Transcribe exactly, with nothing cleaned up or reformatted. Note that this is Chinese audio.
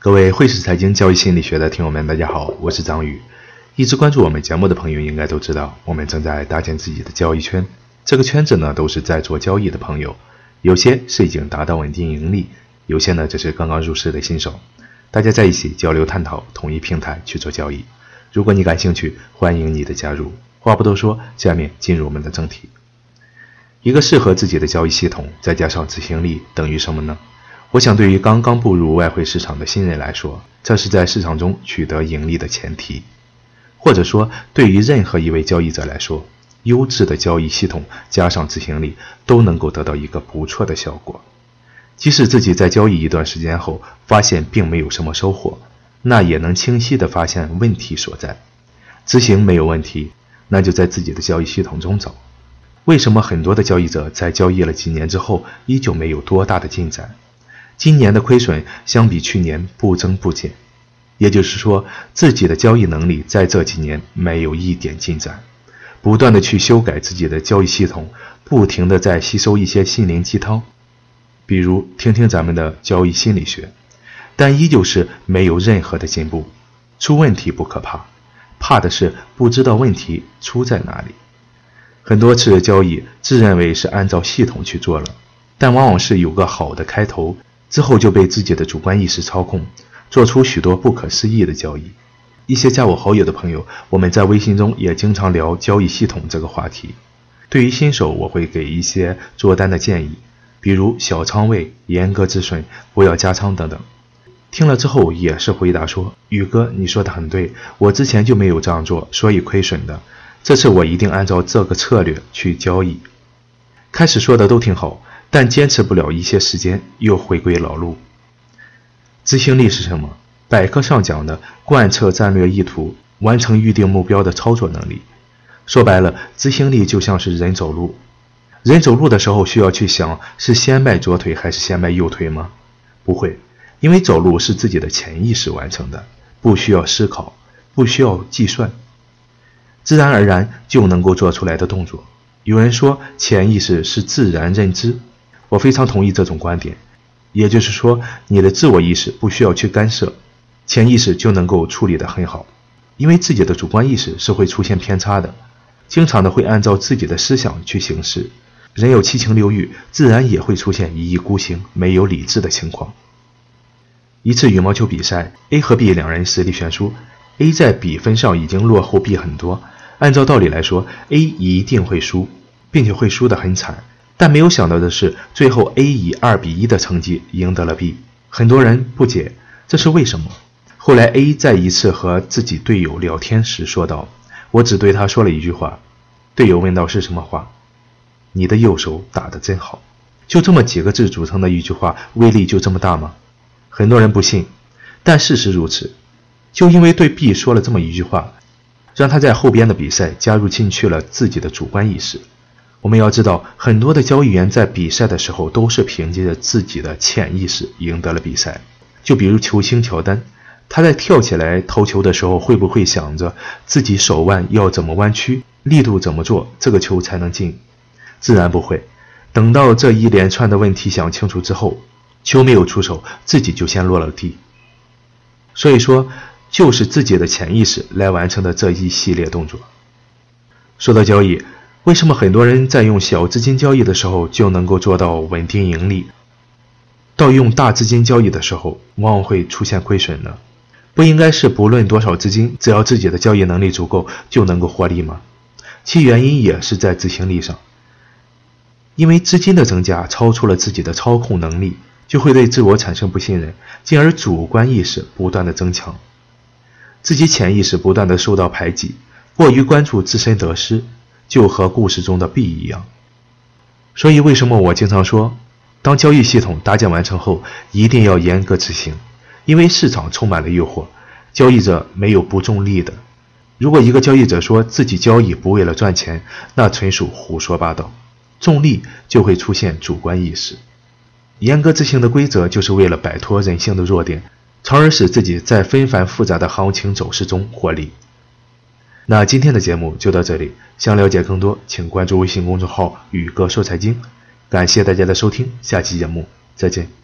各位汇市财经交易心理学的听友们，大家好，我是张宇。一直关注我们节目的朋友应该都知道，我们正在搭建自己的交易圈。这个圈子呢，都是在做交易的朋友，有些是已经达到稳定盈利，有些呢只是刚刚入市的新手。大家在一起交流探讨，同一平台去做交易。如果你感兴趣，欢迎你的加入。话不多说，下面进入我们的正题。一个适合自己的交易系统，再加上执行力，等于什么呢？我想对于刚刚步入外汇市场的新人来说，这是在市场中取得盈利的前提。或者说，对于任何一位交易者来说，优质的交易系统加上执行力都能够得到一个不错的效果。即使自己在交易一段时间后发现并没有什么收获，那也能清晰地发现问题所在。执行没有问题，那就在自己的交易系统中找。为什么很多的交易者在交易了几年之后依旧没有多大的进展？今年的亏损相比去年不增不减，也就是说自己的交易能力在这几年没有一点进展。不断的去修改自己的交易系统，不停的在吸收一些心灵鸡汤，比如听听咱们的交易心理学，但依旧是没有任何的进步。出问题不可怕，怕的是不知道问题出在哪里。很多次交易自认为是按照系统去做了，但往往是有个好的开头，之后就被自己的主观意识操控，做出许多不可思议的交易。一些加我好友的朋友，我们在微信中也经常聊交易系统这个话题。对于新手，我会给一些做单的建议，比如小仓位、严格止损、不要加仓等等。听了之后也是回答说，宇哥你说的很对，我之前就没有这样做，所以亏损的，这次我一定按照这个策略去交易。开始说的都挺好，但坚持不了一些时间，又回归老路。执行力是什么？百科上讲的贯彻战略意图，完成预定目标的操作能力。说白了，执行力就像是人走路。人走路的时候需要去想是先迈左腿还是先迈右腿吗？不会，因为走路是自己的潜意识完成的，不需要思考，不需要计算，自然而然就能够做出来的动作。有人说潜意识是自然认知，我非常同意这种观点。也就是说，你的自我意识不需要去干涉，潜意识就能够处理得很好。因为自己的主观意识是会出现偏差的，经常的会按照自己的思想去行事。人有七情六欲，自然也会出现一意孤行、没有理智的情况。一次羽毛球比赛 A 和 B 两人实力悬殊， A 在比分上已经落后 B 很多，按照道理来说 A 一定会输，并且会输得很惨。但没有想到的是，最后 A 以二比一的成绩赢得了 B。 很多人不解这是为什么。后来 A 在一次和自己队友聊天时说道，我只对他说了一句话。队友问到是什么话？你的右手打得真好。就这么几个字组成的一句话，威力就这么大吗？很多人不信，但事实如此。就因为对 B 说了这么一句话，让他在后边的比赛加入进去了自己的主观意识。我们要知道，很多的交易员在比赛的时候都是凭借着自己的潜意识赢得了比赛。就比如球星乔丹，他在跳起来投球的时候，会不会想着自己手腕要怎么弯曲，力度怎么做，这个球才能进？自然不会。等到这一连串的问题想清楚之后，球没有出手，自己就先落了地。所以说，就是自己的潜意识来完成的这一系列动作。说到交易，为什么很多人在用小资金交易的时候就能够做到稳定盈利，到用大资金交易的时候往往会出现亏损呢？不应该是不论多少资金，只要自己的交易能力足够就能够获利吗？其原因也是在执行力上。因为资金的增加超出了自己的操控能力，就会对自我产生不信任，进而主观意识不断的增强，自己潜意识不断的受到排挤，过于关注自身得失，就和故事中的 B 一样。所以为什么我经常说，当交易系统搭建完成后，一定要严格执行。因为市场充满了诱惑，交易者没有不中立的。如果一个交易者说自己交易不为了赚钱，那纯属胡说八道。重利就会出现主观意识。严格执行的规则就是为了摆脱人性的弱点，从而使自己在纷繁复杂的行情走势中获利。那今天的节目就到这里，想了解更多请关注微信公众号宇哥说财经。感谢大家的收听，下期节目再见。